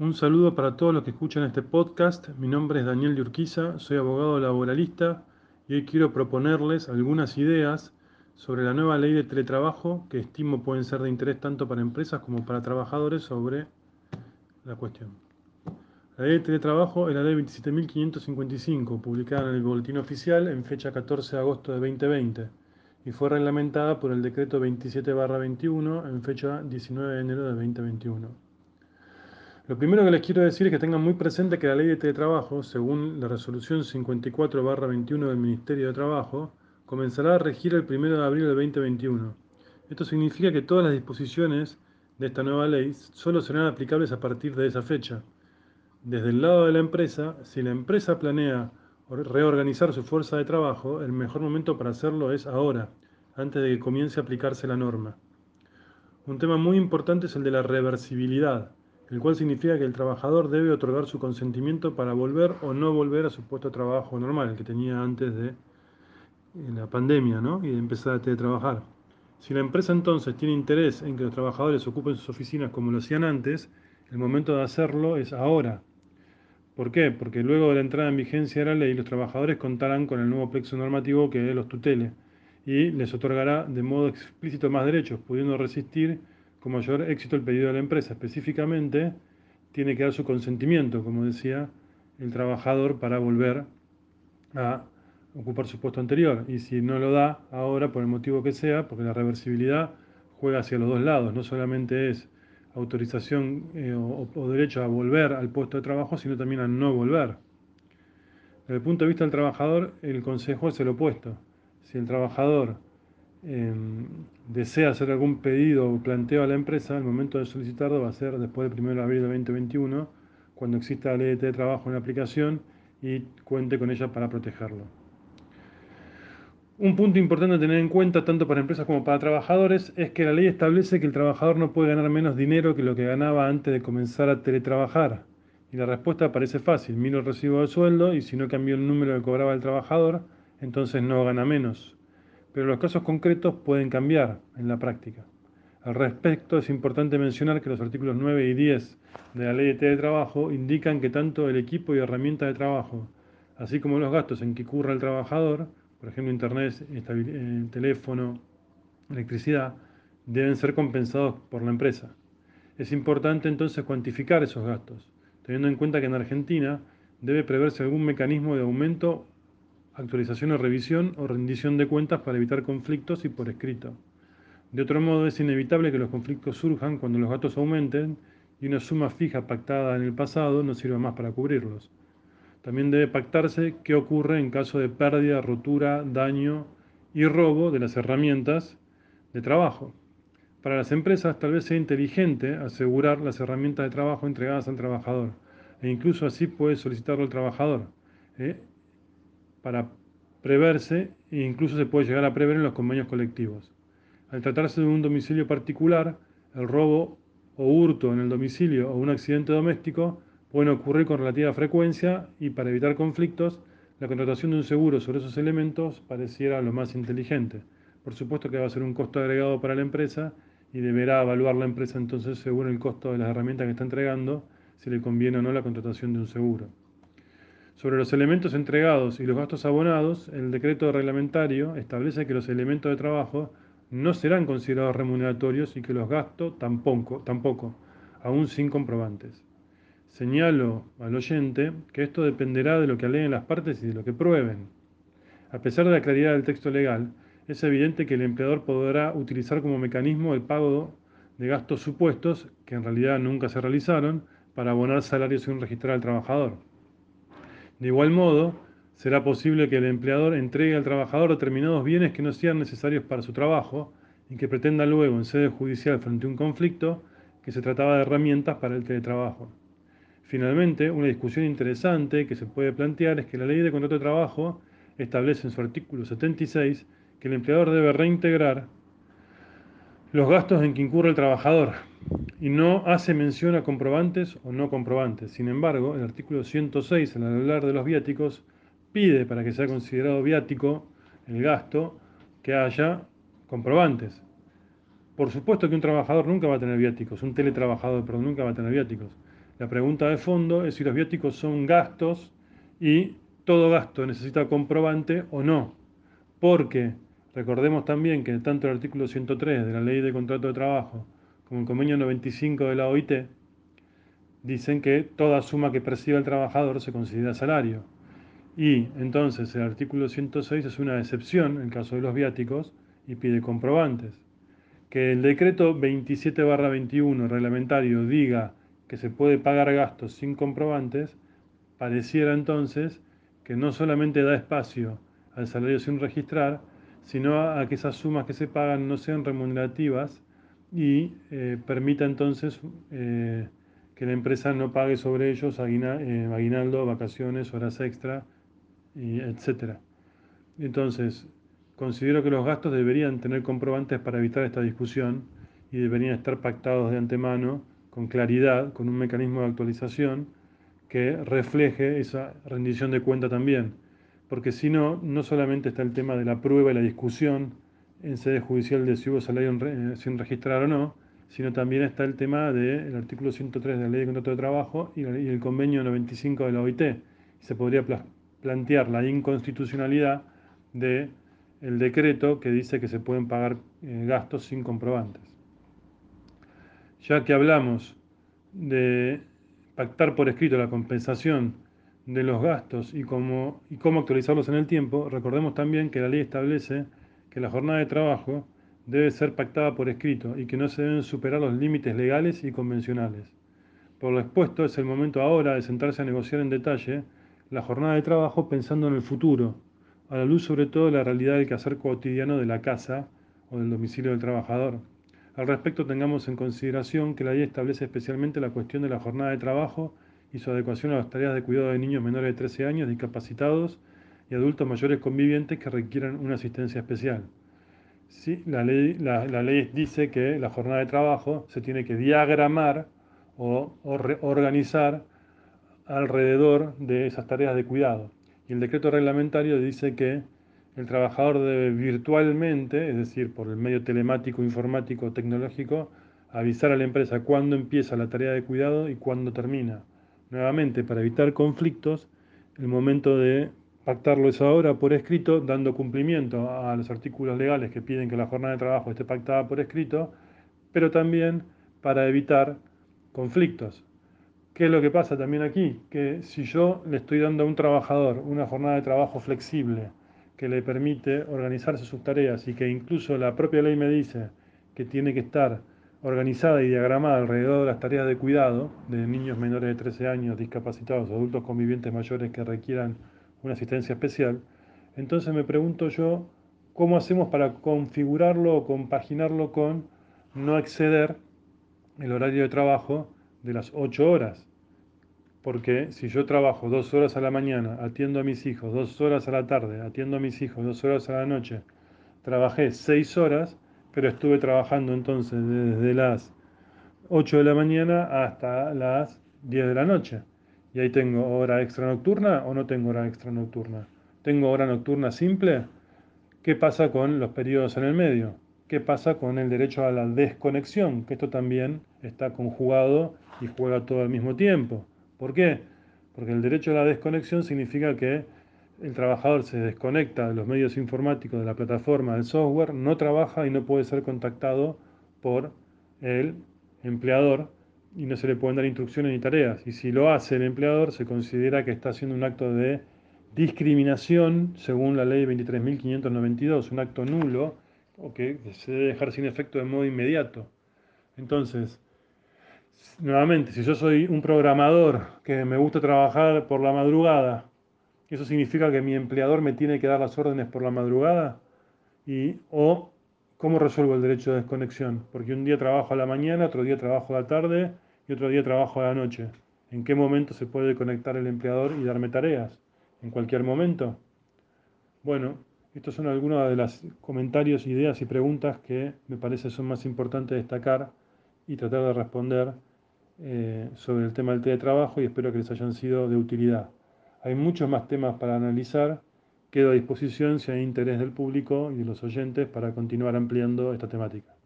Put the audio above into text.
Un saludo para todos los que escuchan este podcast. Mi nombre es Daniel de Urquiza, soy abogado laboralista y hoy quiero proponerles algunas ideas sobre la nueva ley de teletrabajo que estimo pueden ser de interés tanto para empresas como para trabajadores sobre la cuestión. La ley de teletrabajo es la ley 27.555, publicada en el Boletín Oficial en fecha 14 de agosto de 2020 y fue reglamentada por el decreto 27/21 en fecha 19 de enero de 2021. Lo primero que les quiero decir es que tengan muy presente que la ley de teletrabajo, según la resolución 54/21 del Ministerio de Trabajo, comenzará a regir el 1 de abril del 2021. Esto significa que todas las disposiciones de esta nueva ley solo serán aplicables a partir de esa fecha. Desde el lado de la empresa, si la empresa planea reorganizar su fuerza de trabajo, el mejor momento para hacerlo es ahora, antes de que comience a aplicarse la norma. Un tema muy importante es el de la reversibilidad, el cual significa que el trabajador debe otorgar su consentimiento para volver o no volver a su puesto de trabajo normal, el que tenía antes de la pandemia, ¿no? Y de empezar a teletrabajar. Si la empresa entonces tiene interés en que los trabajadores ocupen sus oficinas como lo hacían antes, el momento de hacerlo es ahora. ¿Por qué? Porque luego de la entrada en vigencia de la ley, los trabajadores contarán con el nuevo plexo normativo que los tutele y les otorgará de modo explícito más derechos, pudiendo resistir con mayor éxito el pedido de la empresa. Específicamente, tiene que dar su consentimiento, como decía, el trabajador para volver a ocupar su puesto anterior. Y si no lo da ahora, por el motivo que sea, porque la reversibilidad juega hacia los dos lados, no solamente es autorización o derecho a volver al puesto de trabajo, sino también a no volver. Desde el punto de vista del trabajador, el consejo es el opuesto. Si el trabajador eh, desea hacer algún pedido o planteo a la empresa, el momento de solicitarlo va a ser después del 1 de abril de 2021, cuando exista la ley de teletrabajo en la aplicación y cuente con ella para protegerlo. Un punto importante a tener en cuenta, tanto para empresas como para trabajadores, es que la ley establece que el trabajador no puede ganar menos dinero que lo que ganaba antes de comenzar a teletrabajar. Y la respuesta parece fácil: miro el recibo de sueldo y si no cambió el número que cobraba el trabajador, entonces no gana menos. Pero los casos concretos pueden cambiar en la práctica. Al respecto, es importante mencionar que los artículos 9 y 10 de la Ley de Teletrabajo indican que tanto el equipo y herramientas de trabajo, así como los gastos en que incurra el trabajador, por ejemplo, internet, teléfono, electricidad, deben ser compensados por la empresa. Es importante entonces cuantificar esos gastos, teniendo en cuenta que en Argentina debe preverse algún mecanismo de aumento, actualización o revisión o rendición de cuentas para evitar conflictos y por escrito. De otro modo, es inevitable que los conflictos surjan cuando los gastos aumenten y una suma fija pactada en el pasado no sirva más para cubrirlos. También debe pactarse qué ocurre en caso de pérdida, rotura, daño y robo de las herramientas de trabajo. Para las empresas tal vez sea inteligente asegurar las herramientas de trabajo entregadas al trabajador, e incluso así puede solicitarlo el trabajador, ¿eh? para preverse e incluso se puede llegar a prever en los convenios colectivos. Al tratarse de un domicilio particular, el robo o hurto en el domicilio o un accidente doméstico pueden ocurrir con relativa frecuencia y para evitar conflictos, la contratación de un seguro sobre esos elementos pareciera lo más inteligente. Por supuesto que va a ser un costo agregado para la empresa y deberá evaluar la empresa entonces según el costo de las herramientas que está entregando, si le conviene o no la contratación de un seguro. Sobre los elementos entregados y los gastos abonados, el decreto reglamentario establece que los elementos de trabajo no serán considerados remuneratorios y que los gastos tampoco, aún sin comprobantes. Señalo al oyente que esto dependerá de lo que aleguen las partes y de lo que prueben. A pesar de la claridad del texto legal, es evidente que el empleador podrá utilizar como mecanismo el pago de gastos supuestos, que en realidad nunca se realizaron, para abonar salarios sin registrar al trabajador. De igual modo, será posible que el empleador entregue al trabajador determinados bienes que no sean necesarios para su trabajo y que pretenda luego, en sede judicial frente a un conflicto, que se trataba de herramientas para el teletrabajo. Finalmente, una discusión interesante que se puede plantear es que la Ley de Contrato de Trabajo establece en su artículo 76 que el empleador debe reintegrar los gastos en que incurre el trabajador y no hace mención a comprobantes o no comprobantes. Sin embargo, el artículo 106, al hablar de los viáticos, pide para que sea considerado viático el gasto que haya comprobantes. Por supuesto que un trabajador nunca va a tener viáticos, un teletrabajador, perdón, nunca va a tener viáticos. La pregunta de fondo es si los viáticos son gastos y todo gasto necesita comprobante o no. Porque recordemos también que tanto el artículo 103 de la Ley de Contrato de Trabajo como el convenio 95 de la OIT dicen que toda suma que perciba el trabajador se considera salario. Y entonces el artículo 106 es una excepción en el caso de los viáticos y pide comprobantes. Que el decreto 27/21 reglamentario diga que se puede pagar gastos sin comprobantes, pareciera entonces que no solamente da espacio al salario sin registrar, sino a que esas sumas que se pagan no sean remunerativas y permita entonces que la empresa no pague sobre ellos aguinaldo, vacaciones, horas extra, y etcétera. Entonces, considero que los gastos deberían tener comprobantes para evitar esta discusión y deberían estar pactados de antemano, con claridad, con un mecanismo de actualización que refleje esa rendición de cuenta también. Porque si no, no solamente está el tema de la prueba y la discusión en sede judicial de si hubo salario sin registrar o no, sino también está el tema del artículo 103 de la Ley de Contrato de Trabajo y el convenio 95 de la OIT. Se podría plantear la inconstitucionalidad del decreto que dice que se pueden pagar gastos sin comprobantes. Ya que hablamos de pactar por escrito la compensación de los gastos y cómo actualizarlos en el tiempo, recordemos también que la ley establece que la jornada de trabajo debe ser pactada por escrito y que no se deben superar los límites legales y convencionales. Por lo expuesto, es el momento ahora de sentarse a negociar en detalle la jornada de trabajo pensando en el futuro, a la luz sobre todo de la realidad del quehacer cotidiano de la casa o del domicilio del trabajador. Al respecto, tengamos en consideración que la ley establece especialmente la cuestión de la jornada de trabajo y su adecuación a las tareas de cuidado de niños menores de 13 años, discapacitados y adultos mayores convivientes que requieran una asistencia especial. Sí, la ley dice que la jornada de trabajo se tiene que diagramar o organizar alrededor de esas tareas de cuidado. Y el decreto reglamentario dice que el trabajador debe virtualmente, es decir, por el medio telemático, informático, tecnológico, avisar a la empresa cuándo empieza la tarea de cuidado y cuándo termina. Nuevamente, para evitar conflictos, el momento de pactarlo es ahora por escrito, dando cumplimiento a los artículos legales que piden que la jornada de trabajo esté pactada por escrito, pero también para evitar conflictos. ¿Qué es lo que pasa también aquí? Que si yo le estoy dando a un trabajador una jornada de trabajo flexible que le permite organizarse sus tareas y que incluso la propia ley me dice que tiene que estar organizada y diagramada alrededor de las tareas de cuidado de niños menores de 13 años, discapacitados, adultos convivientes mayores que requieran una asistencia especial, entonces me pregunto yo, ¿cómo hacemos para configurarlo o compaginarlo con no exceder el horario de trabajo de las 8 horas? Porque si yo trabajo 2 horas a la mañana, atiendo a mis hijos, 2 horas a la tarde, atiendo a mis hijos, 2 horas a la noche, trabajé 6 horas, pero estuve trabajando entonces desde las 8 de la mañana hasta las 10 de la noche. Y ahí tengo hora extra nocturna o no tengo hora extra nocturna. ¿Tengo hora nocturna simple? ¿Qué pasa con los periodos en el medio? ¿Qué pasa con el derecho a la desconexión? Que esto también está conjugado y juega todo al mismo tiempo. ¿Por qué? Porque el derecho a la desconexión significa que el trabajador se desconecta de los medios informáticos, de la plataforma, del software, no trabaja y no puede ser contactado por el empleador y no se le pueden dar instrucciones ni tareas. Y si lo hace el empleador, se considera que está haciendo un acto de discriminación según la ley 23.592, un acto nulo o que se debe dejar sin efecto de modo inmediato. Entonces, nuevamente, si yo soy un programador que me gusta trabajar por la madrugada, ¿eso significa que mi empleador me tiene que dar las órdenes por la madrugada? O cómo resuelvo el derecho de desconexión, porque un día trabajo a la mañana, otro día trabajo a la tarde y otro día trabajo a la noche. ¿En qué momento se puede conectar el empleador y darme tareas? ¿En cualquier momento? Bueno, estos son algunos de los comentarios, ideas y preguntas que me parece son más importantes destacar y tratar de responder sobre el tema del teletrabajo y espero que les hayan sido de utilidad. Hay muchos más temas para analizar. Quedo a disposición si hay interés del público y de los oyentes para continuar ampliando esta temática.